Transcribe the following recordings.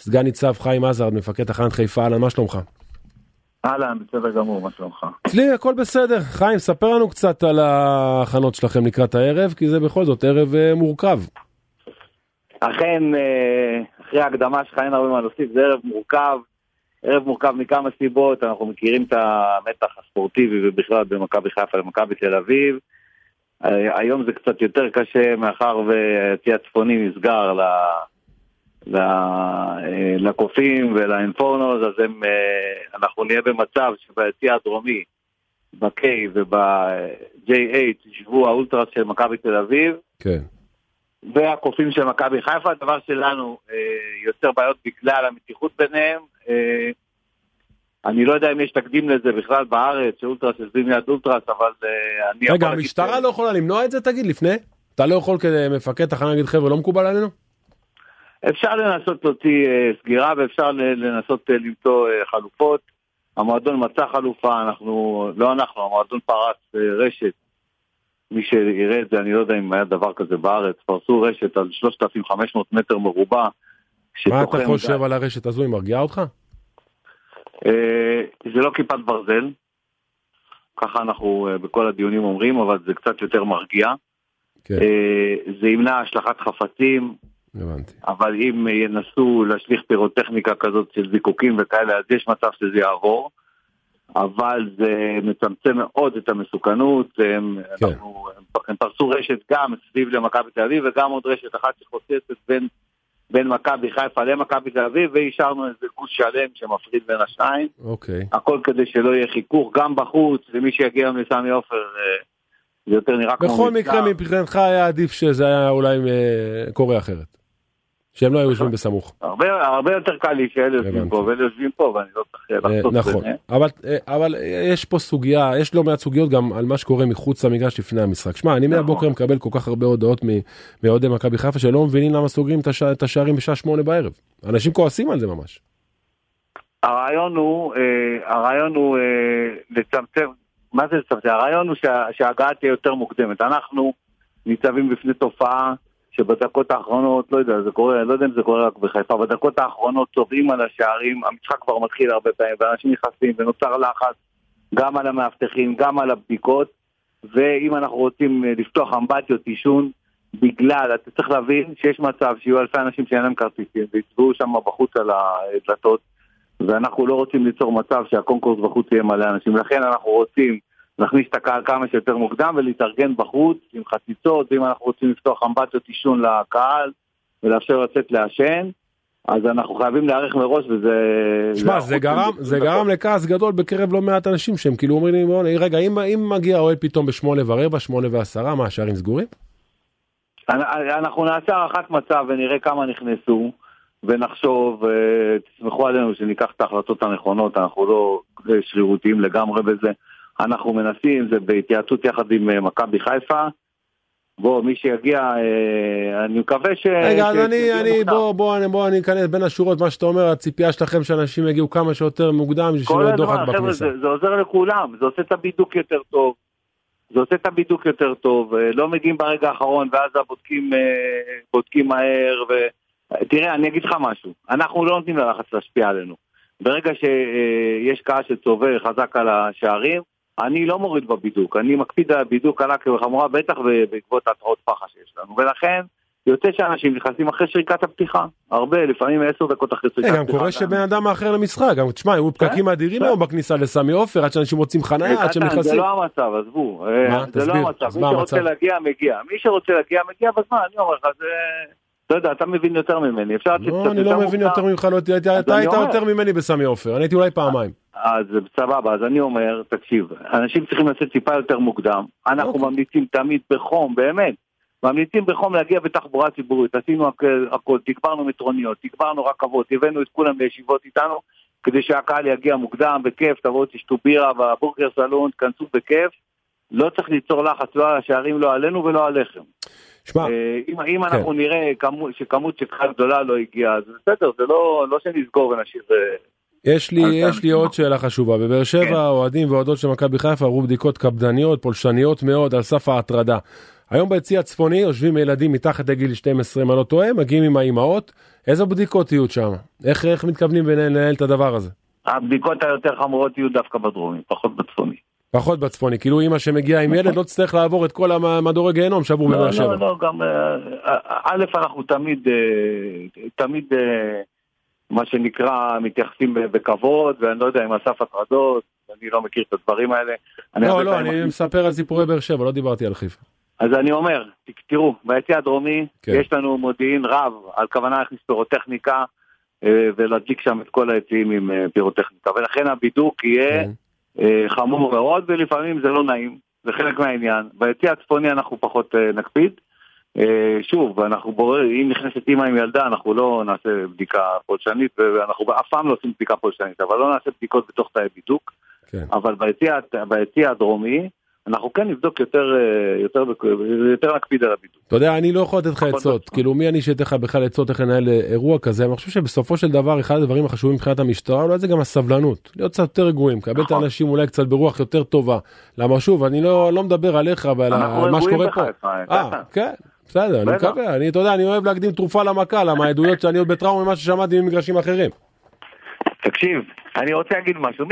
סגן ניצב חיים עזרד, מפקד תחנת חיפה, אהלן, מה שלומך? אהלן, בסדר גמור, מה שלומך? אצלי הכל בסדר. חיים, ספר לנו קצת על ההכנות שלכם לקראת הערב, כי זה בכל זאת ערב מורכב. אכן, אחרי ההקדמה שלך אין הרבה מה להוסיף, זה ערב מורכב מכמה סיבות. אנחנו מכירים את המתח הספורטיבי ובכלל במכבי חיפה למכבי תל אביב. היום זה קצת יותר קשה, מאחר והיציע הצפוני נסגר לקופים ולאינפורנוז, אז אנחנו נהיה במצב שביציע הדרומי, ב-K וב-J8, ישבו האולטרס של מכבי תל אביב. כן. והקופים של מכבי חיפה. הדבר שלנו יוצר בעיות בגלל המתיחות ביניהם. אני לא יודע אם יש תקדים לזה בכלל בארץ, שאולטרס יושבים ליד אולטרס, אבל אני... רגע, המשטרה לא יכולה למנוע את זה, תגיד, לפני? אתה לא יכול כמפקד תחנה להגיד, חבר'ה, לא מקובל עלינו? אפשר לנסות להוציא סגירה, ואפשר לנסות למצוא חלופות. המועדון מצא חלופה, המועדון פרץ רשת. מי שיראה את זה, אני לא יודע אם היה דבר כזה בארץ, פרסו רשת על 3,500 מטר מרובע. מה אתה חושב על הרשת הזו, היא מרגיעה אותך? זה לא כיפת ברזל, ככה אנחנו בכל הדיונים אומרים, אבל זה קצת יותר מרגיע. זה ימנע השלכת חפצים, אבל אם ינסו להשליך פירוטכניקה כזאת של זיקוקים וכאלה, אז יש מצב שזה יעבור. אבל זה מצמצם מאוד את המסוכנות. הם פרסו רשת גם סביב למכבי תל אביב, וגם עוד רשת אחת שחוצצת בין מכבי חיפה למכבי תל אביב, ואישרנו איזה גוש שלם שמפריד בין השניים. הכל כדי שלא יהיה חיכוך, גם בחוץ, ומי שיגיע מסמי עופר, זה יותר נראה כמו... בכל מקרה מבחינתך היה עדיף שזה היה אולי קורה אחרת. שהם לא היו יושבים בסמוך. הרבה יותר קל לי שאלה יושבים פה, ואלה יושבים פה, ואני לא צריך לחתוך. נכון, אבל יש פה סוגיה, יש לא מעט סוגיות גם על מה שקורה מחוץ למגרש לפני המשחק. שמע, אני מהבוקר מקבל כל כך הרבה הודעות מאוהדי מכבי חיפה, שלא מבינים למה סוגרים את השערים בשעה 8 בערב. אנשים כועסים על זה ממש. הרעיון הוא לצמצם, מה זה לצמצם? הרעיון הוא שההגעה תהיה יותר מוקדמת. אנחנו ניצבים בפני תופעה, שבדקות האחרונות, לא יודע אם זה קורה רק בחיפה, בדקות האחרונות צובעים על השערים, המשחק כבר מתחיל הרבה פעמים, ואנשים נכנסים, ונוצר לחץ גם על המאבטחים, גם על הבדיקות, ואם אנחנו רוצים לפתוח אמבטיות עישון, בגלל, אתה צריך להבין שיש מצב שיהיו אלפי אנשים שאין להם כרטיסים, ויצבעו שם בחוץ על הדלתות, ואנחנו לא רוצים ליצור מצב שהקונקורס בחוץ יהיה מלא אנשים, לכן אנחנו רוצים להכניס את הקהל כמה שיותר מוקדם ולהתארגן בחוץ עם חציצות, ואם אנחנו רוצים לפתוח אמבטיות עישון לקהל ולאפשר לצאת לעשן, אז אנחנו חייבים להערך מראש, וזה... שמע, זה גרם לכעס גדול בקרב לא מעט אנשים שהם כאילו אומרים לי, רגע, אם מגיע אוהד פתאום ב8:15, 8:10, מה, השערים סגורים? אנחנו נעשה הערכת מצב ונראה כמה נכנסו, ונחשוב, תסמכו עלינו שניקח את ההחלטות הנכונות, אנחנו לא שרירותיים לגמרי בזה, אנחנו מנסים, זה בהתייעצות יחד עם מכבי חיפה. מי שיגיע, אני מקווה רגע, אז בוא אני אכנס בין השורות, מה שאתה אומר, הציפייה שלכם שאנשים יגיעו כמה שיותר מוקדם, שלא דוחק בכניסה. זה עוזר לכולם, זה עושה את הבידוק יותר טוב, לא מגיעים ברגע האחרון, ואז בודקים מהר, תראה, אני אגיד לך משהו, אנחנו לא נותנים ללחץ להשפיע עלינו. ברגע שיש קהל שצובר חזק על השערים, אני לא מוריד בבידוק, אני מקפיד על הבידוק עלה כחמורה, בטח בעקבות התראות פחה שיש לנו, ולכן יוצא שאנשים נכנסים אחרי שריקת הפתיחה, הרבה, לפעמים 10 דקות אחרי שריקת הפתיחה. גם קורה שבן אדם האחר למשחק, גם תשמע, היו פקקים אדירים היום בכניסה לסמי עופר, עד שאנשים רוצים חניה, עד שהם נכנסים. זה לא המצב, עזבו, זה לא המצב, מי שרוצה להגיע, מגיע בזמן, אני אומר לך, זה... לא יודע, אתה מבין יותר ממני. לא, אני לא מבין יותר ממך, אתה היית יותר ממני בסמי עופר, אני הייתי אולי פעמיים. אז סבבה, אז אני אומר, תקשיב, אנשים צריכים לצאת טיפה יותר מוקדם, אנחנו ממליצים תמיד בחום, באמת, ממליצים בחום להגיע בתחבורה ציבורית, עשינו הכל, תגברנו מטרוניות, תגברנו רכבות, הבאנו את כולם לישיבות איתנו, כדי שהקהל יגיע מוקדם, בכיף, תבואו תשתו בירה בבורגר סלון, תכנסו בכיף, לא צריך ליצור לחץ, לא על השערים, לא עלינו ולא עליכם. אם אנחנו נראה שכמות שכחה גדולה לא הגיעה, אז בסדר, זה לא שנסגור ונשאיר... יש לי עוד שאלה חשובה. בבאר שבע, אוהדים ואוהדות של מכבי חיפה עברו בדיקות קפדניות, פולשניות מאוד, על סף ההטרדה. היום ביציע הצפוני יושבים ילדים מתחת לגיל 12, מה לא טועה, מגיעים עם האימהות, איזו בדיקות יהיו שם? איך מתכוונים לנהל את הדבר הזה? הבדיקות היותר חמורות יהיו דווקא בדרומי, פחות בצפוני. פחות בצפוני, כאילו אמא שמגיע עם ילד לא תצטרך לעבור את כל המדורי גיהנום שעברו בבאר שבע. לא, גם א' אנחנו תמיד מה שנקרא מתייחסים בכבוד, ואני לא יודע אם אסף הטרדות, אני לא מכיר את הדברים האלה. לא, אני מספר על סיפורי באר שבע, לא דיברתי על חיפה. אז אני אומר, תראו, ביציע הדרומי יש לנו מודיעין רב על כוונה להכניס פירוטכניקה, ולהדליק שם את כל היציעים עם פירוטכניקה, ולכן הבידוק יהיה חמור מאוד, ולפעמים זה לא נעים, זה חלק מהעניין. ביציע הצפוני אנחנו פחות נקפיד, שוב, אם נכנסת אמא עם ילדה, אנחנו לא נעשה בדיקה פולשנית, ואנחנו אף פעם לא עושים בדיקה פולשנית, אבל לא נעשה בדיקות בתוך תאי בידוק, אבל ביציע הדרומי, אנחנו כן נבדוק יותר נקפיד על הבידוק. אתה יודע, אני לא יכול לתת לך עצות, כאילו מי אני שתך בכלל עצות איך לנהל אירוע כזה, אני חושב שבסופו של דבר, אחד הדברים החשובים מבחינת המשטרה, אולי זה גם הסבלנות, להיות קצת יותר רגועים, קבל את האנשים אולי קצת ברוח יותר טובה, למה שוב, אני לא מדבר עליך ועל מה שקורה פה. כן, בסדר, אני מקווה, אני אוהב להקדים תרופה למכה, למה העדויות שאני עוד בטראומה ממה ששמעתי ממגרשים אחרים. תקשיב, אני רוצה להגיד משהו,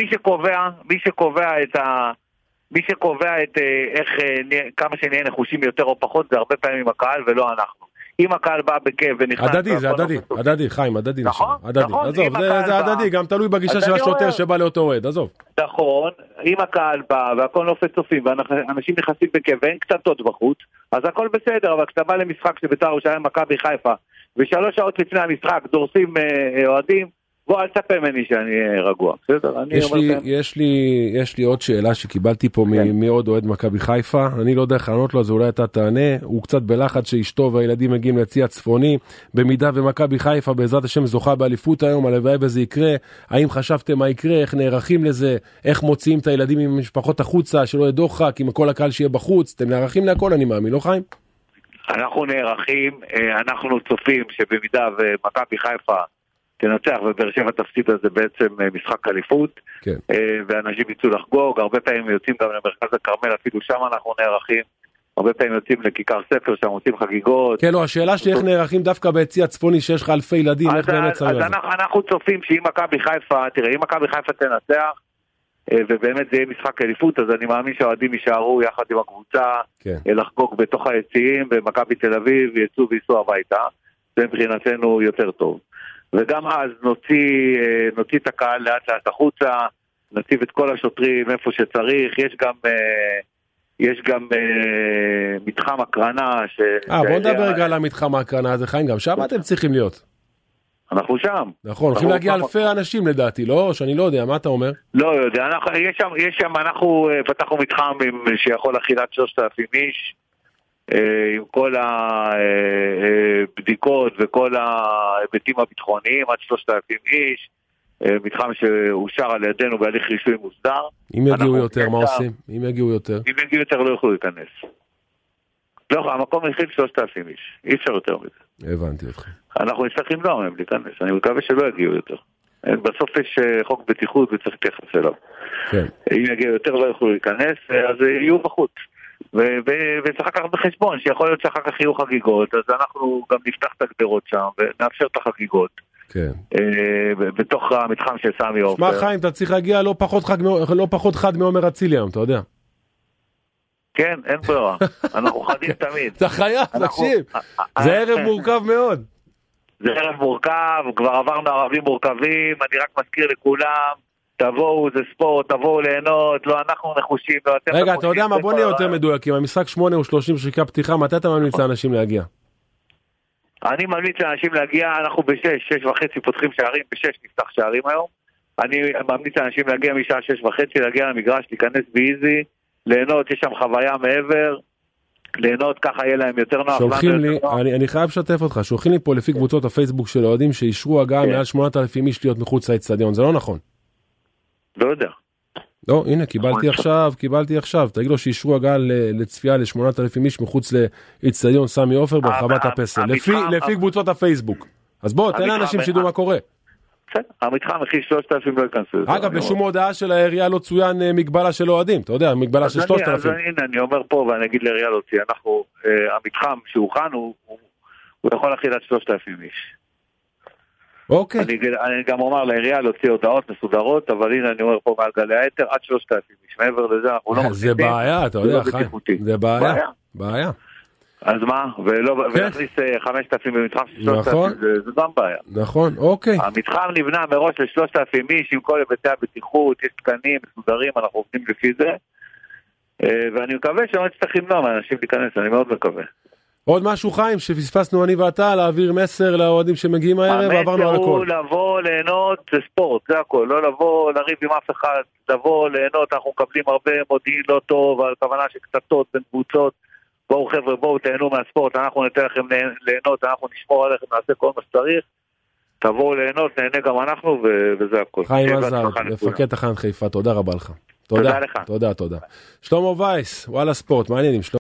מי שקובע את כמה שנהיה נחושים יותר או פחות, זה הרבה פעמים הקהל ולא אנחנו. אם הקהל בא בכיף ונכנס... הדדי, חיים, הדדי. נכון, עזוב, זה הדדי, גם תלוי בגישה של השוטר שבא לאותו אוהד, עזוב. נכון, אם הקהל בא והכל נופת צופים ואנשים נכנסים בכיף ואין קצתות בחוץ, אז הכל בסדר, אבל כשאתה בא למשחק שבית"ר ירושלים מכבי חיפה, ו3 שעות לפני המשחק דורסים אוהדים, בוא, אל תצפה ממני שאני רגוע. יש לי עוד שאלה שקיבלתי פה מעוד אוהד מכבי חיפה, אני לא יודע איך לענות לו, אז אולי אתה תענה, הוא קצת בלחץ שאשתו והילדים מגיעים ליציע הצפוני, במידה ומכבי חיפה בעזרת השם זוכה באליפות היום, הלוואי וזה יקרה, האם חשבתם מה יקרה, איך נערכים לזה, איך מוציאים את הילדים עם משפחות החוצה, שלא יהיה דוחק, עם כל הקהל שיהיה בחוץ, אתם נערכים להכל, אני מאמין, לא חיים? אנחנו נערכים, אנחנו צופים שבמידה ומכבי חיפה תנצח ובאר שבע תפסיד, זה בעצם משחק אליפות, ואנשים יצאו לחגוג, הרבה פעמים יוצאים גם למרכז הכרמל, אפילו שם אנחנו נערכים, הרבה פעמים יוצאים לכיכר ספר, שם עושים חגיגות. כן, לא, השאלה שלי איך נערכים דווקא ביציע הצפוני, שיש לך אלפי ילדים, איך באמת צריך לזה? אז אנחנו צופים שאם מכבי חיפה, תראה, אם מכבי חיפה תנצח, ובאמת זה יהיה משחק אליפות, אז אני מאמין שהאוהדים יישארו יחד עם הקבוצה, לחגוג בתוך היציעים, ומכבי תל אביב יצאו וייסעו הביתה, זה מבחינתנו יותר טוב. וגם אז נוציא את הקהל לאט לאט החוצה, נציב את כל השוטרים איפה שצריך, יש גם מתחם הקרנה בוא נדבר רגע על המתחם הקרנה הזה, חיים, גם שם אתם צריכים להיות. אנחנו שם. נכון, הולכים להגיע אלפי אנשים לדעתי, לא? שאני לא יודע, מה אתה אומר? לא יודע, יש שם, אנחנו פתחנו מתחם שיכול להכיל עד 3,000 איש, עם כל הבדיקות וכל ההיבטים הביטחוניים, עד 3,000 איש, מתחם שאושר על ידינו בהליך רישוי מוסדר. אם יגיעו יותר, מה עושים? אם יגיעו יותר לא יוכלו להיכנס. לא, המקום הכיל 3,000 איש, אי אפשר יותר מזה. הבנתי אותך. אנחנו נצטרך למנוע מהם להיכנס, אני מקווה שלא יגיעו יותר. בסוף יש חוק בטיחות וצריך להתייחס אליו. אם יגיעו יותר לא יוכלו להיכנס, אז יהיו בחוץ. וצריך לקחת בחשבון שיכול להיות שאחר כך יהיו חגיגות, אז אנחנו גם נפתח את הגדרות שם ונאפשר את החגיגות בתוך המתחם של סמי עופר. מה חיים, אתה צריך להגיע לא פחות חד מעומר אצילי היום, אתה יודע. כן, אין ברירה, אנחנו חדים תמיד. אתה חייב, תקשיב, זה ערב מורכב מאוד. זה ערב מורכב, כבר עברנו ערבים מורכבים, אני רק מזכיר לכולם, תבואו, זה ספורט, תבואו ליהנות, לא אנחנו נחושים, לא אתם... רגע, אתה יודע מה, בוא נהיה יותר מדויקים, המשחק 8 או 30 שריקה פתיחה, מתי אתה ממליץ לאנשים להגיע? אני ממליץ לאנשים להגיע, אנחנו ב-6, 6:30 פותחים שערים, ב-6 נפתח שערים היום, אני ממליץ לאנשים להגיע משעה 6:30, להגיע למגרש, להיכנס באיזי, ליהנות, יש שם חוויה מעבר, ליהנות, ככה יהיה להם יותר נוח. שולחים לי, אני חייב לשתף אותך, שולחים לי פה לפי קבוצות הפייסבוק של האוהדים, שאישרו הגעה מעל 8,000 איש להיות מחוץ לאצטדיון, זה לא נכון? לא יודע. לא, הנה, קיבלתי עכשיו, תגיד לו שאישרו הגעה לצפייה ל8,000 איש מחוץ לאצטדיון סמי עופר ברחבת הפסל, לפי קבוצות הפייסבוק. אז בוא, תן לאנשים שידעו מה קורה. המתחם הכי 3,000 לא ייכנסו. אגב, בשום הודעה של העירייה לא צוין מגבלה של אוהדים, אתה יודע, מגבלה של 3,000. אז הנה, אני אומר פה, ואני אגיד לעירייה להוציא, המתחם שהוכן, הוא יכול להכיל עד 3,000 איש. אוקיי. אני גם אומר לעירייה להוציא הודעות מסודרות, אבל הנה אני אומר פה מעל גלי היתר, עד 3,000 איש. מעבר לזה אנחנו לא זה בעיה, אתה יודע, חיים. זה בעיה. אז מה? ולהכניס 5,000 במתחם של 3,000, זה גם בעיה. נכון, אוקיי. המתחם נבנה מראש ל3,000 איש, עם כל היבטי הבטיחות, יש תקנים מסודרים, אנחנו עובדים לפי זה, ואני מקווה שלא נצטרך למנוע מאנשים להיכנס, אני מאוד מקווה. עוד משהו חיים, שפספסנו אני ואתה, להעביר מסר לאוהדים שמגיעים הערב, ועברנו על הכל. המסר הוא לבוא, ליהנות, זה ספורט, זה הכל, לא לבוא, לריב עם אף אחד, לבוא, ליהנות, אנחנו מקבלים הרבה מודיעין לא טוב, על כוונה שקטטות בין קבוצות, בואו חבר'ה, בואו תהנו מהספורט, אנחנו ניתן לכם ליהנות, אנחנו נשמור עליכם, נעשה כל מה שצריך, תבואו ליהנות, נהנה גם אנחנו, וזה הכל. חיים עזר, מפקד תחנת חיפה, תודה רבה לך. תודה לך. תודה. שלמה וייס, וואלה ספורט, מעניינים.